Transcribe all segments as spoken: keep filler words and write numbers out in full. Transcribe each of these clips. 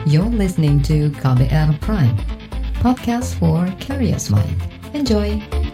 You're listening to K B R Prime, podcast for curious mind. Enjoy!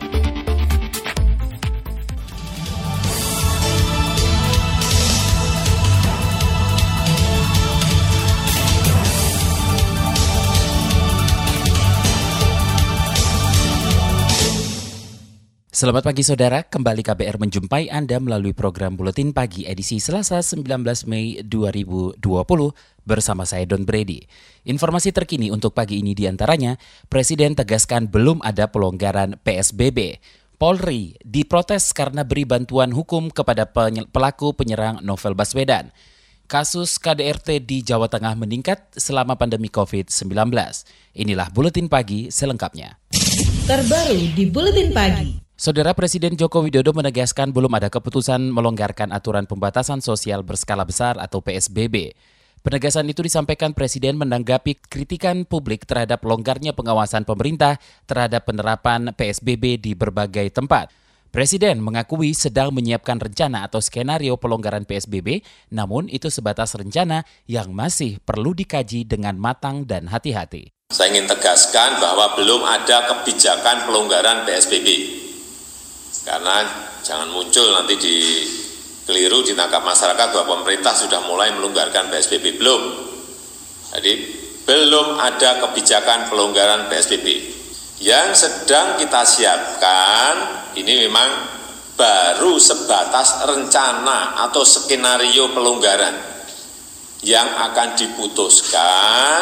Selamat pagi saudara, kembali K B R menjumpai Anda melalui program Buletin Pagi edisi Selasa sembilan belas Mei dua ribu dua puluh bersama saya Don Brady. Informasi terkini untuk pagi ini diantaranya, Presiden tegaskan belum ada pelonggaran P S B B. Polri diprotes karena beri bantuan hukum kepada pelaku penyerang Novel Baswedan. Kasus K D R T di Jawa Tengah meningkat selama pandemi covid sembilan belas. Inilah Buletin Pagi selengkapnya. Terbaru di Buletin Pagi. Saudara Presiden Joko Widodo menegaskan belum ada keputusan melonggarkan aturan pembatasan sosial berskala besar atau P S B B. Penegasan itu disampaikan Presiden menanggapi kritikan publik terhadap longgarnya pengawasan pemerintah terhadap penerapan P S B B di berbagai tempat. Presiden mengakui sedang menyiapkan rencana atau skenario pelonggaran P S B B, namun itu sebatas rencana yang masih perlu dikaji dengan matang dan hati-hati. Saya ingin tegaskan bahwa belum ada kebijakan pelonggaran P S B B. Karena jangan muncul nanti di keliru ditangkap masyarakat bahwa pemerintah sudah mulai melonggarkan P S B B. Belum. Jadi belum ada kebijakan pelonggaran P S B B. Yang sedang kita siapkan ini memang baru sebatas rencana atau skenario pelonggaran yang akan diputuskan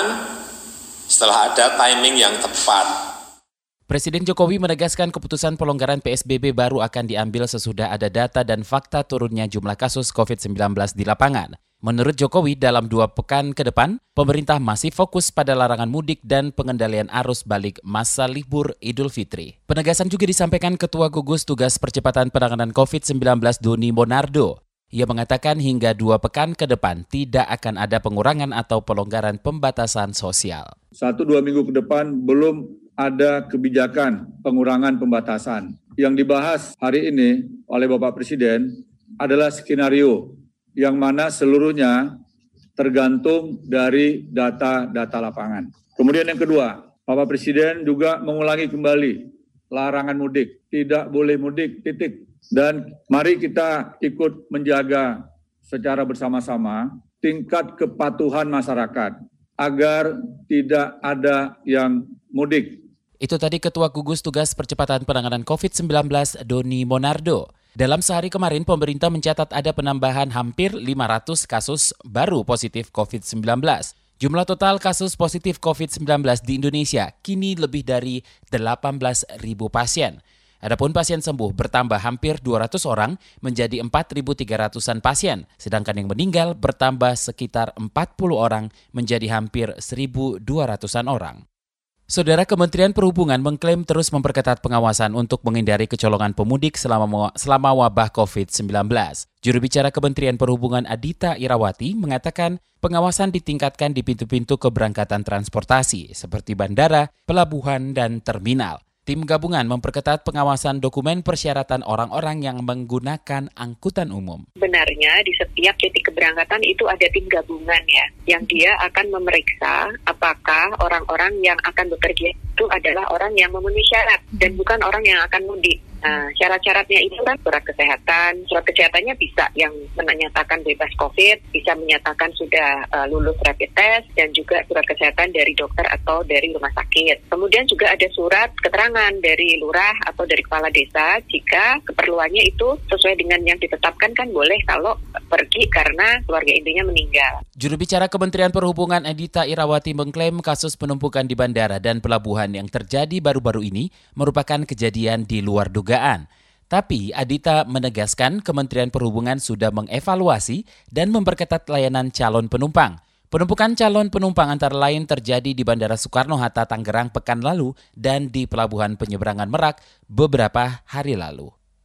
setelah ada timing yang tepat. Presiden Jokowi menegaskan keputusan pelonggaran P S B B baru akan diambil sesudah ada data dan fakta turunnya jumlah kasus covid sembilan belas di lapangan. Menurut Jokowi, dalam dua pekan ke depan, pemerintah masih fokus pada larangan mudik dan pengendalian arus balik masa libur Idul Fitri. Penegasan juga disampaikan Ketua Gugus Tugas Percepatan Penanganan covid sembilan belas Doni Monardo. Ia mengatakan hingga dua pekan ke depan tidak akan ada pengurangan atau pelonggaran pembatasan sosial. Satu dua minggu ke depan belum ada kebijakan pengurangan pembatasan. Yang dibahas hari ini oleh Bapak Presiden adalah skenario yang mana seluruhnya tergantung dari data-data lapangan. Kemudian yang kedua, Bapak Presiden juga mengulangi kembali larangan mudik. Tidak boleh mudik, titik. Dan mari kita ikut menjaga secara bersama-sama tingkat kepatuhan masyarakat agar tidak ada yang mudik. Itu tadi Ketua Gugus Tugas Percepatan Penanganan covid sembilan belas Doni Monardo. Dalam sehari kemarin, pemerintah mencatat ada penambahan hampir lima ratus kasus baru positif covid sembilan belas. Jumlah total kasus positif covid sembilan belas di Indonesia kini lebih dari delapan belas ribu pasien. Adapun pasien sembuh bertambah hampir dua ratus orang menjadi empat ribu tiga ratusan pasien, sedangkan yang meninggal bertambah sekitar empat puluh orang menjadi hampir seribu dua ratusan orang. Saudara, Kementerian Perhubungan mengklaim terus memperketat pengawasan untuk menghindari kecolongan pemudik selama selama wabah covid sembilan belas. Juru bicara Kementerian Perhubungan Adita Irawati mengatakan pengawasan ditingkatkan di pintu-pintu keberangkatan transportasi seperti bandara, pelabuhan, dan terminal. Tim gabungan memperketat pengawasan dokumen persyaratan orang-orang yang menggunakan angkutan umum. Sebenarnya di setiap titik keberangkatan itu ada tim gabungan ya, yang dia akan memeriksa apakah orang-orang yang akan bepergian itu adalah orang yang memenuhi syarat dan bukan orang yang akan mudik. Nah, syarat-syaratnya itu kan surat kesehatan. Surat kesehatannya bisa yang menyatakan bebas COVID, bisa menyatakan sudah uh, lulus rapid test, dan juga surat kesehatan dari dokter atau dari rumah sakit. Kemudian juga ada surat keterangan dari lurah atau dari kepala desa jika keperluannya itu sesuai dengan yang ditetapkan, kan boleh kalau pergi karena keluarga intinya meninggal. Juru bicara Kementerian Perhubungan Adita Irawati mengklaim kasus penumpukan di bandara dan pelabuhan yang terjadi baru-baru ini merupakan kejadian di luar dugaan. Tapi Adita menegaskan Kementerian Perhubungan sudah mengevaluasi dan memperketat layanan calon penumpang. Penumpukan calon penumpang antara lain terjadi di Bandara Soekarno-Hatta Tangerang pekan lalu dan di Pelabuhan Penyeberangan Merak beberapa hari lalu.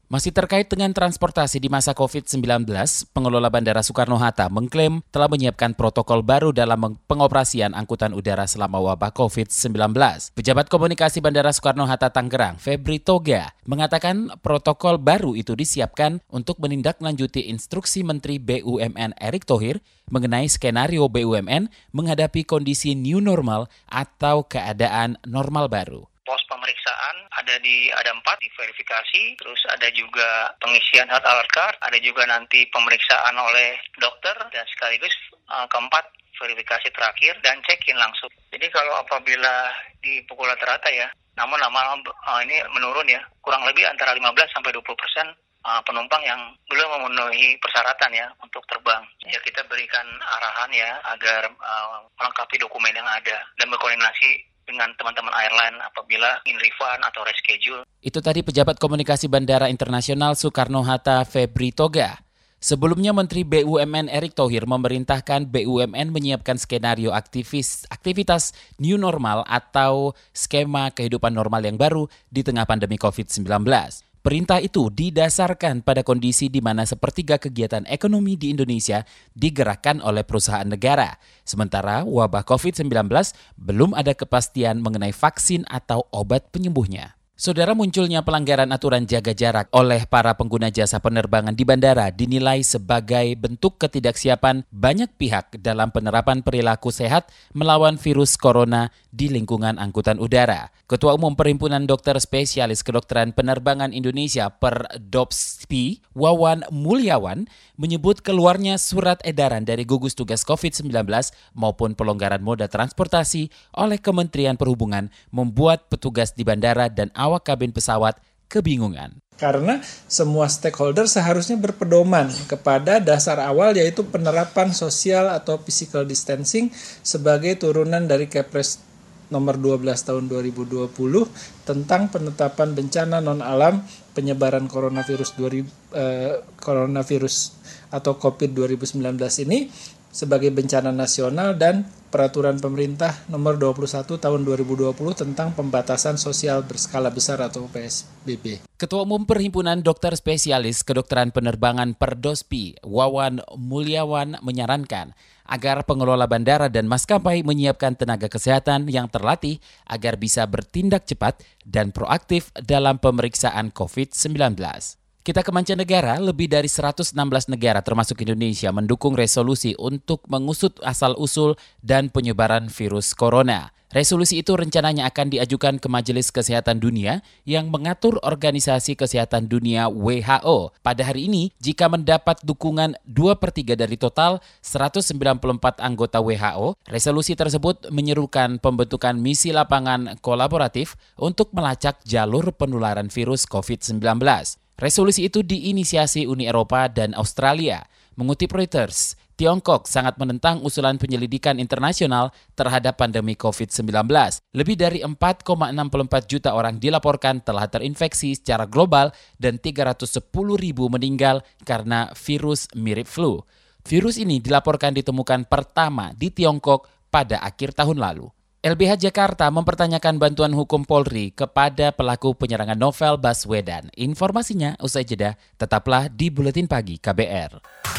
Masih terkait dengan transportasi di masa covid sembilan belas, pengelola Bandara Soekarno-Hatta mengklaim telah menyiapkan protokol baru dalam pengoperasian angkutan udara selama wabah covid sembilan belas. Pejabat Komunikasi Bandara Soekarno-Hatta Tangerang, Febri Toga, mengatakan protokol baru itu disiapkan untuk menindaklanjuti instruksi Menteri B U M N Erick Thohir mengenai skenario B U M N menghadapi kondisi new normal atau keadaan normal baru. Pos pemeriksaan ada di ada empat diverifikasi, terus ada juga pengisian health alert card, ada juga nanti pemeriksaan oleh dokter dan sekaligus uh, keempat verifikasi terakhir dan check-in langsung. Jadi kalau apabila di pukul rata-rata ya, namun lama-lama uh, ini menurun ya, kurang lebih antara lima belas sampai dua puluh persen uh, penumpang yang belum memenuhi persyaratan ya untuk terbang. Ya kita berikan arahan ya agar uh, melengkapi dokumen yang ada dan berkoordinasi dengan teman-teman airline apabila ingin refund atau reschedule. Itu tadi pejabat komunikasi Bandara Internasional Soekarno-Hatta Febri Toga. Sebelumnya Menteri B U M N Erick Thohir memerintahkan B U M N menyiapkan skenario aktivis, aktivitas new normal atau skema kehidupan normal yang baru di tengah pandemi covid sembilan belas. Perintah itu didasarkan pada kondisi di mana sepertiga kegiatan ekonomi di Indonesia digerakkan oleh perusahaan negara. Sementara wabah covid sembilan belas belum ada kepastian mengenai vaksin atau obat penyembuhnya. Saudara, munculnya pelanggaran aturan jaga jarak oleh para pengguna jasa penerbangan di bandara dinilai sebagai bentuk ketidaksiapan banyak pihak dalam penerapan perilaku sehat melawan virus corona di lingkungan angkutan udara. Ketua Umum Perhimpunan Dokter Spesialis Kedokteran Penerbangan Indonesia (Perdopspi), Wawan Mulyawan, menyebut keluarnya surat edaran dari gugus tugas covid sembilan belas maupun pelonggaran moda transportasi oleh Kementerian Perhubungan membuat petugas di bandara dan awak kabin pesawat kebingungan. Karena semua stakeholder seharusnya berpedoman kepada dasar awal yaitu penerapan sosial atau physical distancing sebagai turunan dari Kepres nomor dua belas tahun dua ribu dua puluh tentang penetapan bencana non-alam penyebaran coronavirus, dua ribu, eh, coronavirus atau covid dua ribu sembilan belas ini sebagai bencana nasional dan peraturan pemerintah nomor dua puluh satu tahun dua ribu dua puluh tentang pembatasan sosial berskala besar atau P S B B. Ketua Umum Perhimpunan Dokter Spesialis Kedokteran Penerbangan Perdopspi, Wawan Mulyawan, menyarankan agar pengelola bandara dan maskapai menyiapkan tenaga kesehatan yang terlatih agar bisa bertindak cepat dan proaktif dalam pemeriksaan covid sembilan belas. Kita ke mancanegara, lebih dari seratus enam belas negara termasuk Indonesia mendukung resolusi untuk mengusut asal-usul dan penyebaran virus corona. Resolusi itu rencananya akan diajukan ke Majelis Kesehatan Dunia yang mengatur Organisasi Kesehatan Dunia W H O. Pada hari ini, jika mendapat dukungan dua per tiga dari total seratus sembilan puluh empat anggota W H O, resolusi tersebut menyerukan pembentukan misi lapangan kolaboratif untuk melacak jalur penularan virus covid sembilan belas. Resolusi itu diinisiasi Uni Eropa dan Australia. Mengutip Reuters, Tiongkok sangat menentang usulan penyelidikan internasional terhadap pandemi covid sembilan belas. Lebih dari empat koma enam empat juta orang dilaporkan telah terinfeksi secara global dan tiga ratus sepuluh ribu meninggal karena virus mirip flu. Virus ini dilaporkan ditemukan pertama di Tiongkok pada akhir tahun lalu. L B H Jakarta mempertanyakan bantuan hukum Polri kepada pelaku penyerangan Novel Baswedan. Informasinya usai jeda, tetaplah di Buletin Pagi K B R.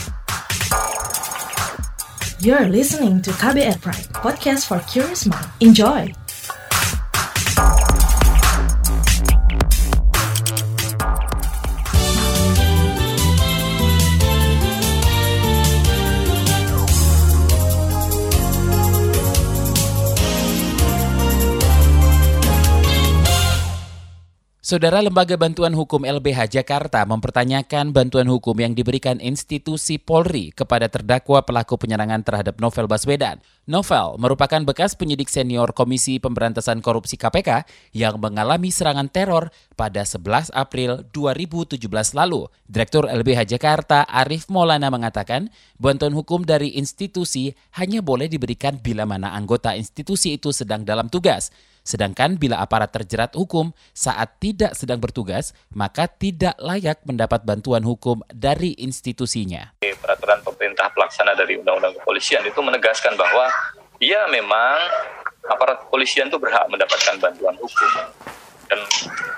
You're listening to K B R Prime, podcast for curious mind. Enjoy! Saudara, Lembaga Bantuan Hukum L B H Jakarta mempertanyakan bantuan hukum yang diberikan institusi Polri kepada terdakwa pelaku penyerangan terhadap Novel Baswedan. Novel merupakan bekas penyidik senior Komisi Pemberantasan Korupsi K P K yang mengalami serangan teror pada sebelas April dua ribu tujuh belas lalu. Direktur L B H Jakarta Arif Maulana mengatakan bantuan hukum dari institusi hanya boleh diberikan bila mana anggota institusi itu sedang dalam tugas. Sedangkan bila aparat terjerat hukum saat tidak sedang bertugas, maka tidak layak mendapat bantuan hukum dari institusinya. Peraturan pemerintah pelaksana dari Undang-Undang Kepolisian itu menegaskan bahwa ya memang aparat kepolisian itu berhak mendapatkan bantuan hukum. Dan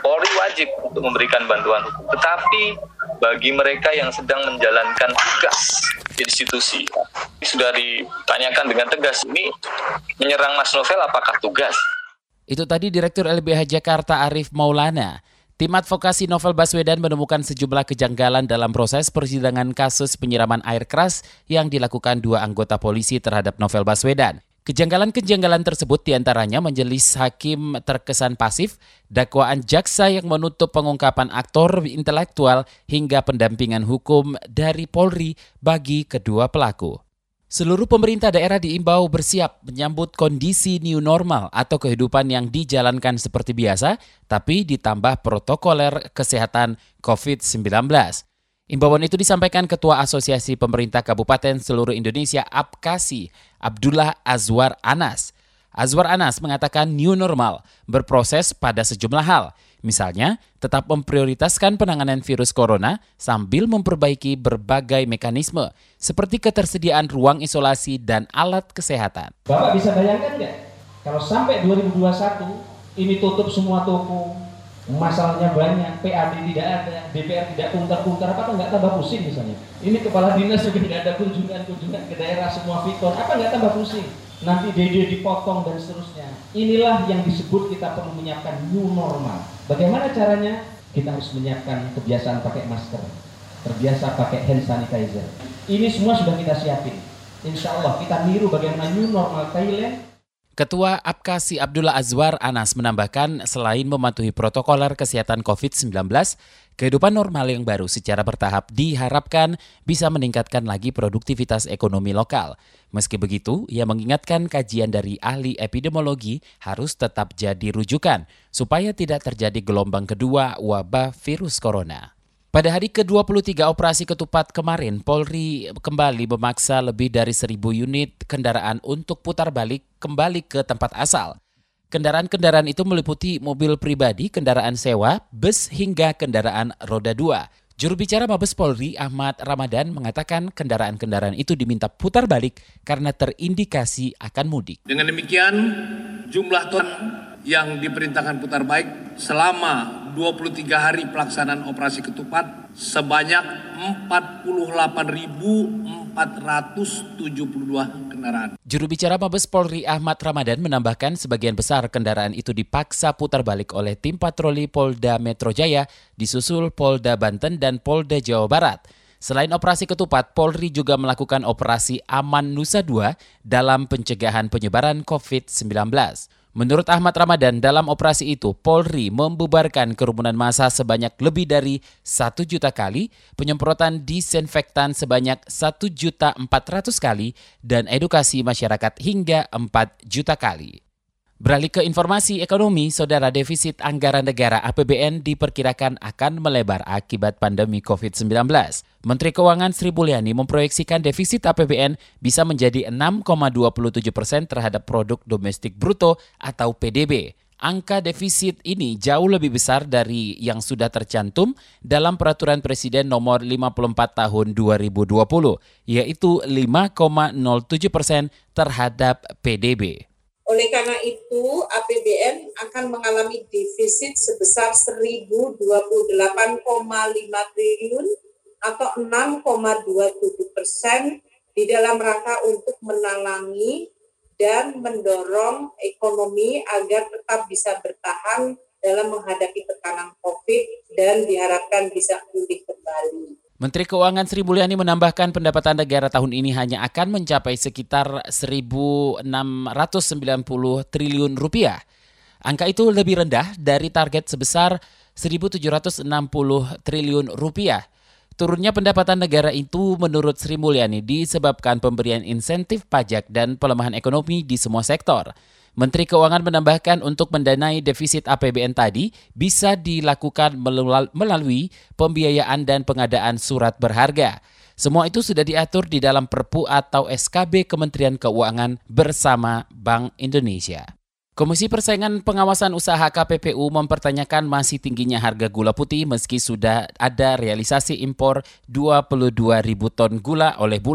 Polri wajib untuk memberikan bantuan hukum. Tetapi bagi mereka yang sedang menjalankan tugas institusi, sudah ditanyakan dengan tegas, ini menyerang Mas Novel apakah tugas? Itu tadi Direktur L B H Jakarta Arief Maulana. Tim advokasi Novel Baswedan menemukan sejumlah kejanggalan dalam proses persidangan kasus penyiraman air keras yang dilakukan dua anggota polisi terhadap Novel Baswedan. Kejanggalan-kejanggalan tersebut diantaranya majelis hakim terkesan pasif, dakwaan jaksa yang menutup pengungkapan aktor intelektual hingga pendampingan hukum dari Polri bagi kedua pelaku. Seluruh pemerintah daerah diimbau bersiap menyambut kondisi new normal atau kehidupan yang dijalankan seperti biasa, tapi ditambah protokoler kesehatan covid sembilan belas. Imbauan itu disampaikan Ketua Asosiasi Pemerintah Kabupaten Seluruh Indonesia Apkasi, Abdullah Azwar Anas. Azwar Anas mengatakan new normal berproses pada sejumlah hal. Misalnya, tetap memprioritaskan penanganan virus corona sambil memperbaiki berbagai mekanisme seperti ketersediaan ruang isolasi dan alat kesehatan. Bapak bisa bayangkan nggak kalau sampai dua ribu dua puluh satu ini tutup semua toko, masalahnya banyak, P A D tidak ada, D P R tidak kuntar-kuntar, apa nggak tambah pusing misalnya? Ini kepala dinas juga tidak ada kunjungan-kunjungan ke daerah semua fiton, apa nggak tambah pusing? Nanti D D dipotong dan seterusnya. Inilah yang disebut kita perlu menyiapkan new normal. Bagaimana caranya? Kita harus menyiapkan kebiasaan pakai masker, terbiasa pakai hand sanitizer. Ini semua sudah kita siapin. Insya Allah kita niru bagaimana new normal Thailand. Ketua Apkasi Abdullah Azwar Anas menambahkan selain mematuhi protokoler kesehatan covid sembilan belas, kehidupan normal yang baru secara bertahap diharapkan bisa meningkatkan lagi produktivitas ekonomi lokal. Meski begitu, ia mengingatkan kajian dari ahli epidemiologi harus tetap jadi rujukan supaya tidak terjadi gelombang kedua wabah virus corona. Pada hari ke dua puluh tiga operasi ketupat kemarin, Polri kembali memaksa lebih dari seribu unit kendaraan untuk putar balik kembali ke tempat asal. Kendaraan-kendaraan itu meliputi mobil pribadi, kendaraan sewa, bus hingga kendaraan roda dua. Juru bicara Mabes Polri Ahmad Ramadan mengatakan kendaraan-kendaraan itu diminta putar balik karena terindikasi akan mudik. Dengan demikian, jumlah ton yang diperintahkan putar balik selama dua puluh tiga hari pelaksanaan operasi ketupat sebanyak empat puluh delapan ribu empat ratus tujuh puluh dua kendaraan. Juru bicara Mabes Polri Ahmad Ramadan menambahkan sebagian besar kendaraan itu dipaksa putar balik oleh tim patroli Polda Metro Jaya, disusul Polda Banten dan Polda Jawa Barat. Selain operasi ketupat, Polri juga melakukan operasi Aman Nusa dua dalam pencegahan penyebaran covid sembilan belas. Menurut Ahmad Ramadan, dalam operasi itu Polri membubarkan kerumunan massa sebanyak lebih dari satu juta kali, penyemprotan disinfektan sebanyak satu juta empat ratus kali, dan edukasi masyarakat hingga empat juta kali. Beralih ke informasi ekonomi, saudara, defisit anggaran negara A P B N diperkirakan akan melebar akibat pandemi covid sembilan belas. Menteri Keuangan Sri Mulyani memproyeksikan defisit A P B N bisa menjadi enam koma dua tujuh persen terhadap produk domestik bruto atau P D B. Angka defisit ini jauh lebih besar dari yang sudah tercantum dalam Peraturan Presiden Nomor lima puluh empat Tahun dua ribu dua puluh, yaitu lima koma nol tujuh persen terhadap P D B. Oleh karena itu, A P B N akan mengalami defisit sebesar seribu dua puluh delapan koma lima triliun atau enam koma dua tujuh persen di dalam rangka untuk menalangi dan mendorong ekonomi agar tetap bisa bertahan dalam menghadapi tekanan COVID dan diharapkan bisa pulih kembali. Menteri Keuangan Sri Mulyani menambahkan pendapatan negara tahun ini hanya akan mencapai sekitar seribu enam ratus sembilan puluh triliun rupiah. Angka itu lebih rendah dari target sebesar seribu tujuh ratus enam puluh triliun rupiah. Turunnya pendapatan negara itu menurut Sri Mulyani disebabkan pemberian insentif pajak dan pelemahan ekonomi di semua sektor. Menteri Keuangan menambahkan untuk mendanai defisit A P B N tadi bisa dilakukan melalui pembiayaan dan pengadaan surat berharga. Semua itu sudah diatur di dalam Perpu atau S K B Kementerian Keuangan bersama Bank Indonesia. Komisi Persaingan Pengawasan Usaha K P P U mempertanyakan masih tingginya harga gula putih meski sudah ada realisasi impor dua puluh dua ribu ton gula oleh Bulog.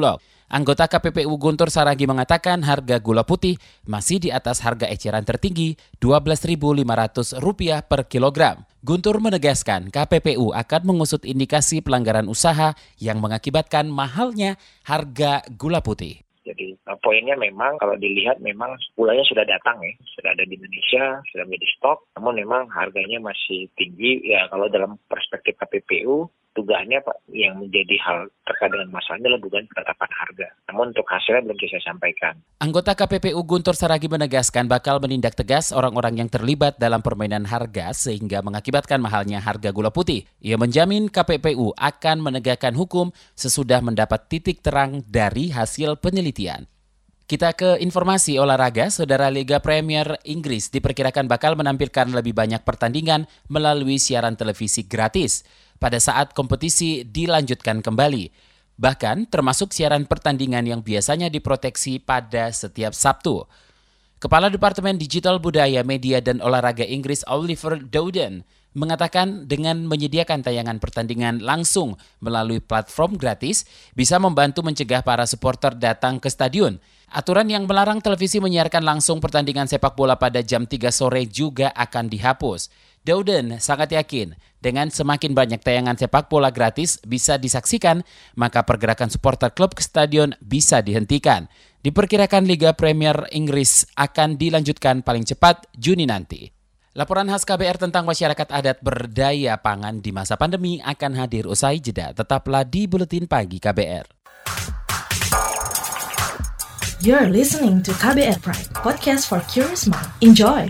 Anggota K P P U Guntur Saragi mengatakan harga gula putih masih di atas harga eceran tertinggi dua belas ribu lima ratus rupiah per kilogram. Guntur menegaskan K P P U akan mengusut indikasi pelanggaran usaha yang mengakibatkan mahalnya harga gula putih. Jadi poinnya memang kalau dilihat memang gulanya sudah datang ya, sudah ada di Indonesia, sudah menjadi stok, namun memang harganya masih tinggi. Ya kalau dalam perspektif K P P U, dugaannya Pak yang menjadi hal terkait dengan masalahnya adalah dugaan penetapan harga. Namun untuk hasilnya belum bisa saya sampaikan. Anggota K P P U Guntur Saragi menegaskan bakal menindak tegas orang-orang yang terlibat dalam permainan harga sehingga mengakibatkan mahalnya harga gula putih. Ia menjamin K P P U akan menegakkan hukum sesudah mendapat titik terang dari hasil penelitian. Kita ke informasi olahraga. Saudara Liga Premier Inggris diperkirakan bakal menampilkan lebih banyak pertandingan melalui siaran televisi gratis pada saat kompetisi dilanjutkan kembali. Bahkan termasuk siaran pertandingan yang biasanya diproteksi pada setiap Sabtu. Kepala Departemen Digital Budaya, Media dan Olahraga Inggris Oliver Dowden mengatakan dengan menyediakan tayangan pertandingan langsung melalui platform gratis bisa membantu mencegah para supporter datang ke stadion. Aturan yang melarang televisi menyiarkan langsung pertandingan sepak bola pada jam tiga sore juga akan dihapus. Dowden sangat yakin dengan semakin banyak tayangan sepak bola gratis bisa disaksikan, maka pergerakan supporter klub ke stadion bisa dihentikan. Diperkirakan Liga Premier Inggris akan dilanjutkan paling cepat Juni nanti. Laporan khas K B R tentang masyarakat adat berdaya pangan di masa pandemi akan hadir usai jeda. Tetaplah di Buletin Pagi K B R. You're listening to K B R Pride, podcast for curious mind. Enjoy!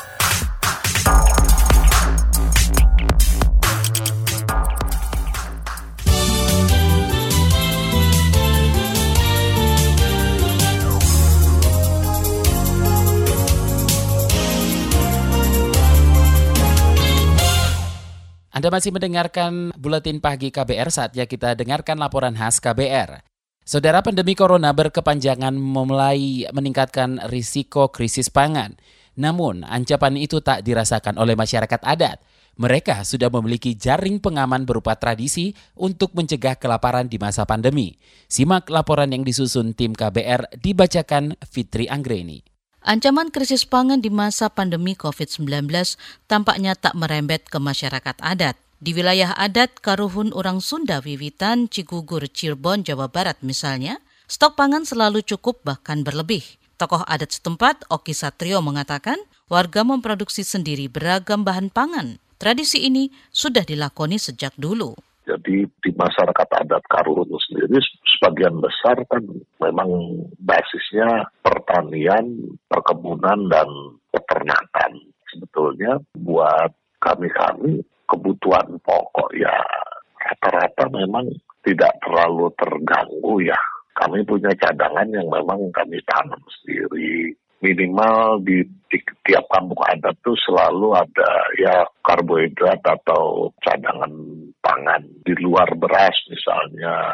Anda masih mendengarkan Buletin Pagi K B R, saatnya kita dengarkan laporan khas K B R. Saudara, pandemi corona berkepanjangan mulai meningkatkan risiko krisis pangan. Namun, ancaman itu tak dirasakan oleh masyarakat adat. Mereka sudah memiliki jaring pengaman berupa tradisi untuk mencegah kelaparan di masa pandemi. Simak laporan yang disusun tim K B R dibacakan Fitri Anggreni. Ancaman krisis pangan di masa pandemi covid sembilan belas tampaknya tak merembet ke masyarakat adat. Di wilayah adat Karuhun Orang Sunda Wiwitan, Cigugur, Cirebon, Jawa Barat misalnya, stok pangan selalu cukup bahkan berlebih. Tokoh adat setempat, Oki Satrio, mengatakan warga memproduksi sendiri beragam bahan pangan. Tradisi ini sudah dilakoni sejak dulu. Jadi di masyarakat adat Karuhun sendiri sebagian besar kan memang basisnya pertanian, perkebunan, dan peternakan. Sebetulnya buat kami-kami kebutuhan pokok ya rata-rata memang tidak terlalu terganggu ya. Kami punya cadangan yang memang kami tanam sendiri. Minimal di, di tiap kampung adat tuh selalu ada ya karbohidrat atau cadangan pangan. Di luar beras misalnya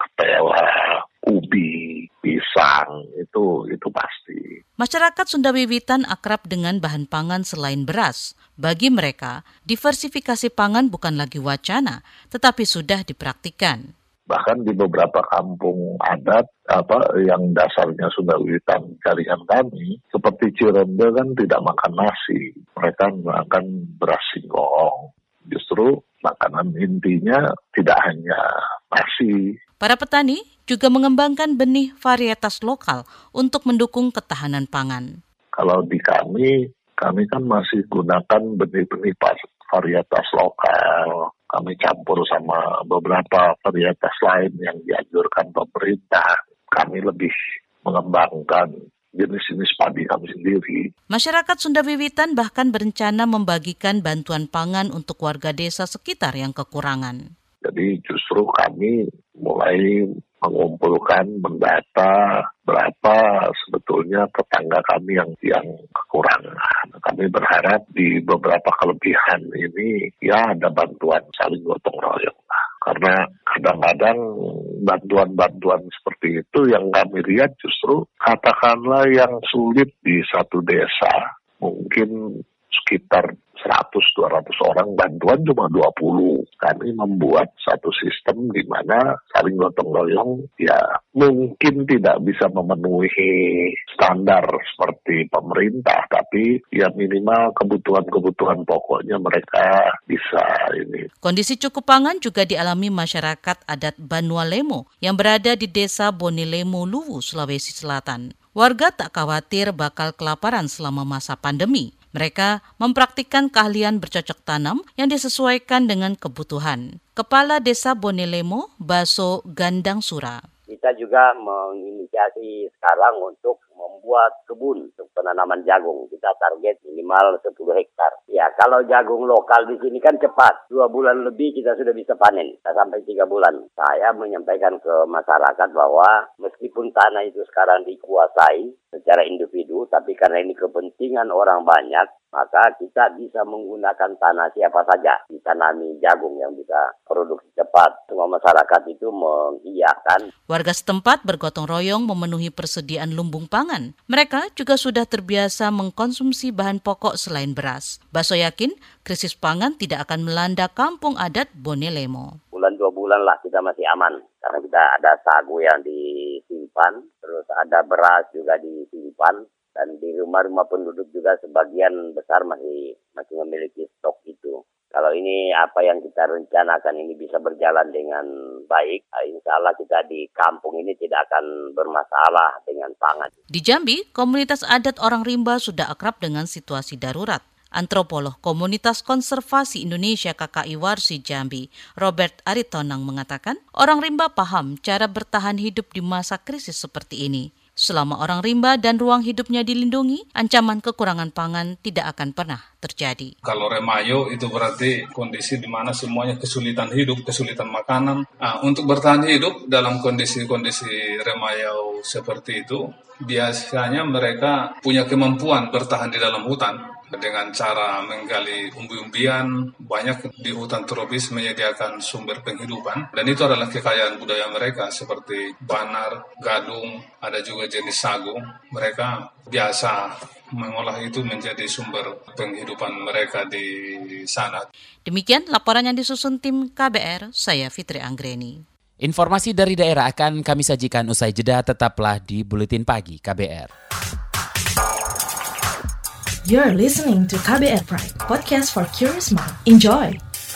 ketela, ubi, pisang, itu itu pasti. Masyarakat Sunda Wiwitan akrab dengan bahan pangan selain beras. Bagi mereka, diversifikasi pangan bukan lagi wacana, tetapi sudah dipraktikkan. Bahkan di beberapa kampung adat apa yang dasarnya Sunda Wiwitan jaringan kami, seperti Cirende kan tidak makan nasi, mereka makan beras singkong. Justru makanan intinya tidak hanya nasi. Para petani juga mengembangkan benih varietas lokal untuk mendukung ketahanan pangan. Kalau di kami, kami kan masih gunakan benih-benih varietas lokal. Kami campur sama beberapa varietas lain yang dianjurkan pemerintah. Kami lebih mengembangkan jenis-jenis padi kami sendiri. Masyarakat Sunda Wiwitan bahkan berencana membagikan bantuan pangan untuk warga desa sekitar yang kekurangan. Jadi justru kami mulai mengumpulkan, mendata berapa sebetulnya tetangga kami yang yang kekurangan. Kami berharap di beberapa kelebihan ini ya ada bantuan saling gotong royong. Karena kadang-kadang bantuan-bantuan seperti itu yang kami lihat justru katakanlah yang sulit di satu desa. Mungkin sekitar seratus dua ratus orang, bantuan cuma dua puluh. Kami membuat satu sistem di mana saling gotong royong ya mungkin tidak bisa memenuhi standar seperti pemerintah, tapi ya minimal kebutuhan-kebutuhan pokoknya mereka bisa ini. Kondisi cukup pangan juga dialami masyarakat adat Banualemo yang berada di desa Bonilemo, Luwu, Sulawesi Selatan. Warga tak khawatir bakal kelaparan selama masa pandemi. Mereka mempraktikkan keahlian bercocok tanam yang disesuaikan dengan kebutuhan. Kepala Desa Bonilemo, Baso Gandang Sura. Kita juga menginisiasi sekarang untuk membuat kebun untuk penanaman jagung. Kita target minimal sepuluh hektar. Ya, kalau jagung lokal di sini kan cepat. Dua bulan lebih kita sudah bisa panen. Kita sampai tiga bulan. Saya menyampaikan ke masyarakat bahwa meskipun tanah itu sekarang dikuasai secara individu, tapi karena ini kepentingan orang banyak, maka kita bisa menggunakan tanah siapa saja. Ditanami jagung yang bisa produksi cepat. Semua masyarakat itu mengiyakan. Warga setempat bergotong royong memenuhi persediaan lumbung pangan. Mereka juga sudah terbiasa mengkonsumsi bahan pokok selain beras. Baso yakin krisis pangan tidak akan melanda kampung adat Bonilemo. Bulan dua bulan lah kita masih aman. Karena kita ada sagu yang disimpan, terus ada beras juga disimpan. Dan di rumah-rumah penduduk juga sebagian besar masih masih memiliki stok itu. Kalau ini apa yang kita rencanakan ini bisa berjalan dengan baik, insya Allah kita di kampung ini tidak akan bermasalah dengan pangan. Di Jambi, komunitas adat orang rimba sudah akrab dengan situasi darurat. Antropolog Komunitas Konservasi Indonesia K K I Warsi Jambi, Robert Aritonang mengatakan, orang rimba paham cara bertahan hidup di masa krisis seperti ini. Selama orang rimba dan ruang hidupnya dilindungi, ancaman kekurangan pangan tidak akan pernah terjadi. Kalau remayo itu berarti kondisi di mana semuanya kesulitan hidup, kesulitan makanan. Nah, untuk bertahan hidup dalam kondisi-kondisi remayo seperti itu, biasanya mereka punya kemampuan bertahan di dalam hutan. Dengan cara menggali umbi-umbian, banyak di hutan tropis menyediakan sumber penghidupan. Dan itu adalah kekayaan budaya mereka seperti banar, gadung, ada juga jenis sagu. Mereka biasa mengolah itu menjadi sumber penghidupan mereka di sana. Demikian laporan yang disusun tim K B R, saya Fitri Anggreni. Informasi dari daerah akan kami sajikan usai jeda, tetaplah di Buletin Pagi K B R. You're listening to K B R Pride, podcast for curious mind. Enjoy!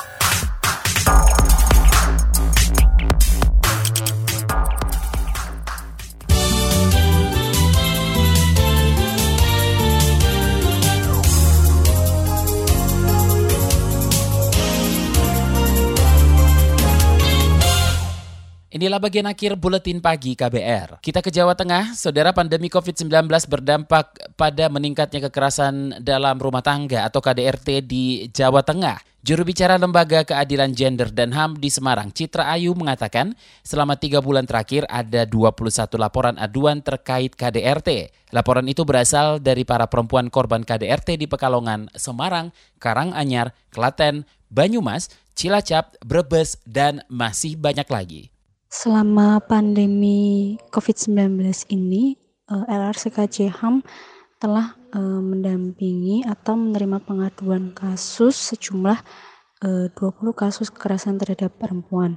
Inilah bagian akhir Buletin Pagi K B R. Kita ke Jawa Tengah. Saudara, pandemi covid sembilan belas berdampak pada meningkatnya kekerasan dalam rumah tangga atau K D R T di Jawa Tengah. Juru bicara Lembaga Keadilan Gender dan H A M di Semarang, Citra Ayu, mengatakan selama tiga bulan terakhir ada dua puluh satu laporan aduan terkait K D R T. Laporan itu berasal dari para perempuan korban K D R T di Pekalongan, Semarang, Karanganyar, Klaten, Banyumas, Cilacap, Brebes, dan masih banyak lagi. Selama pandemi covid sembilan belas ini, L R C K J H A M telah uh, mendampingi atau menerima pengaduan kasus sejumlah uh, dua puluh kasus kekerasan terhadap perempuan,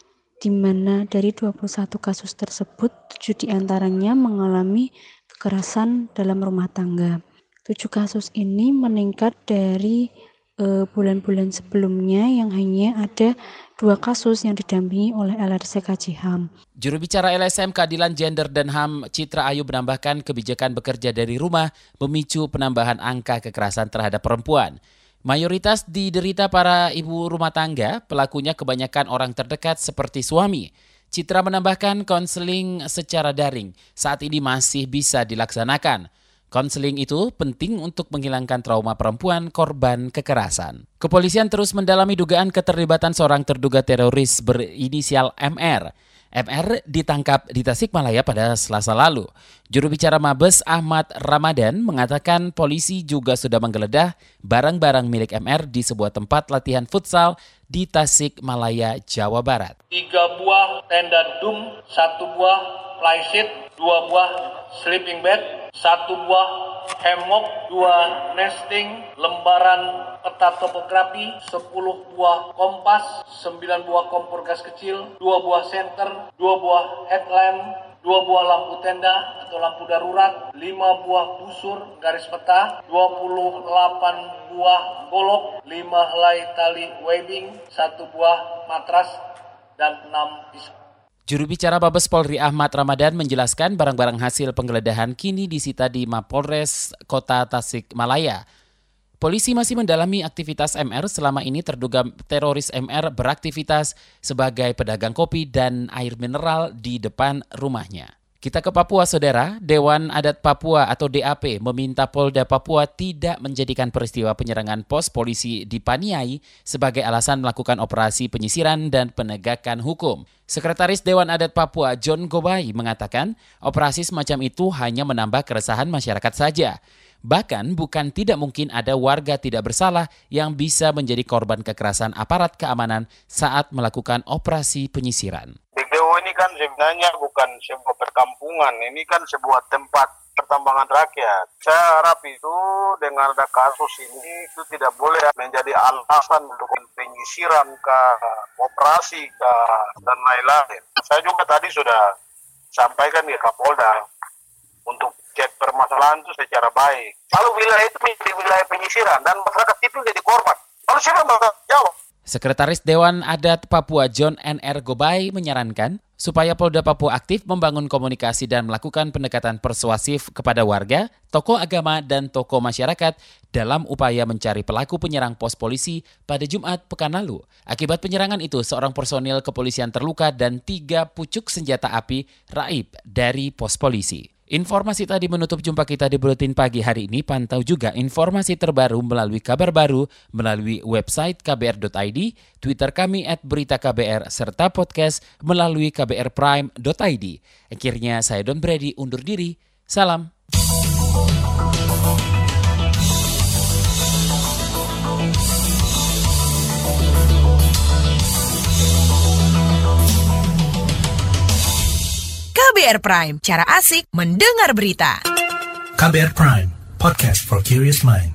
di mana dari dua puluh satu kasus tersebut, tujuh diantaranya mengalami kekerasan dalam rumah tangga. tujuh kasus ini meningkat dari uh, bulan-bulan sebelumnya yang hanya ada dua kasus yang didampingi oleh L R C K J H A M. Juru bicara L S M Keadilan Gender dan H A M, Citra Ayu, menambahkan kebijakan bekerja dari rumah memicu penambahan angka kekerasan terhadap perempuan. Mayoritas diderita para ibu rumah tangga, pelakunya kebanyakan orang terdekat seperti suami. Citra menambahkan konseling secara daring saat ini masih bisa dilaksanakan. Konseling itu penting untuk menghilangkan trauma perempuan korban kekerasan. Kepolisian terus mendalami dugaan keterlibatan seorang terduga teroris berinisial M R. M R ditangkap di Tasikmalaya pada Selasa lalu. Juru bicara Mabes Ahmad Ramadan mengatakan polisi juga sudah menggeledah barang-barang milik M R di sebuah tempat latihan futsal di Tasikmalaya, Jawa Barat. Tiga buah tenda dum, satu buah flysheet, dua buah sleeping bag, satu buah hemok, dua nesting, lembaran peta topografi, sepuluh buah kompas, sembilan buah kompor gas kecil, dua buah senter, dua buah headlamp, dua buah lampu tenda atau lampu darurat, lima buah busur garis peta, dua puluh delapan buah golok, lima helai tali webbing, satu buah matras, dan enam pisau. Juru bicara Mabes Polri Ahmad Ramadan menjelaskan barang-barang hasil penggeledahan kini disita di Mapolres Kota Tasikmalaya. Polisi masih mendalami aktivitas M R. Selama ini terduga teroris M R beraktivitas sebagai pedagang kopi dan air mineral di depan rumahnya. Kita ke Papua, Saudara. Dewan Adat Papua atau D A P meminta Polda Papua tidak menjadikan peristiwa penyerangan pos polisi di Paniai sebagai alasan melakukan operasi penyisiran dan penegakan hukum. Sekretaris Dewan Adat Papua John Gobai mengatakan operasi semacam itu hanya menambah keresahan masyarakat saja. Bahkan bukan tidak mungkin ada warga tidak bersalah yang bisa menjadi korban kekerasan aparat keamanan saat melakukan operasi penyisiran. B G O ini kan sebenarnya bukan sebuah perkampungan, ini kan sebuah tempat pertambangan rakyat. Saya harap itu dengan ada kasus ini itu tidak boleh menjadi alasan untuk penyisiran ke operasi ke dan lain-lain. Saya juga tadi sudah sampaikan ke Kapolda untuk cek permasalahan itu secara baik. Kalau wilayah itu menjadi wilayah penyisiran dan masyarakat itu jadi korban. Lalu siapa yang bakal jawab? Sekretaris Dewan Adat Papua John N R Gobai menyarankan supaya Polda Papua aktif membangun komunikasi dan melakukan pendekatan persuasif kepada warga, tokoh agama, dan tokoh masyarakat dalam upaya mencari pelaku penyerang pos polisi pada Jumat pekan lalu. Akibat penyerangan itu, seorang personil kepolisian terluka dan tiga pucuk senjata api raib dari pos polisi. Informasi tadi menutup jumpa kita di Buletin Pagi hari ini. Pantau juga informasi terbaru melalui kabar baru, melalui website k b r dot i d, Twitter kami at berita K B R, serta podcast melalui k b r prime dot i d. Akhirnya saya Don Brady undur diri. Salam. K B R Prime, cara asik mendengar berita. K B R Prime, podcast for curious mind.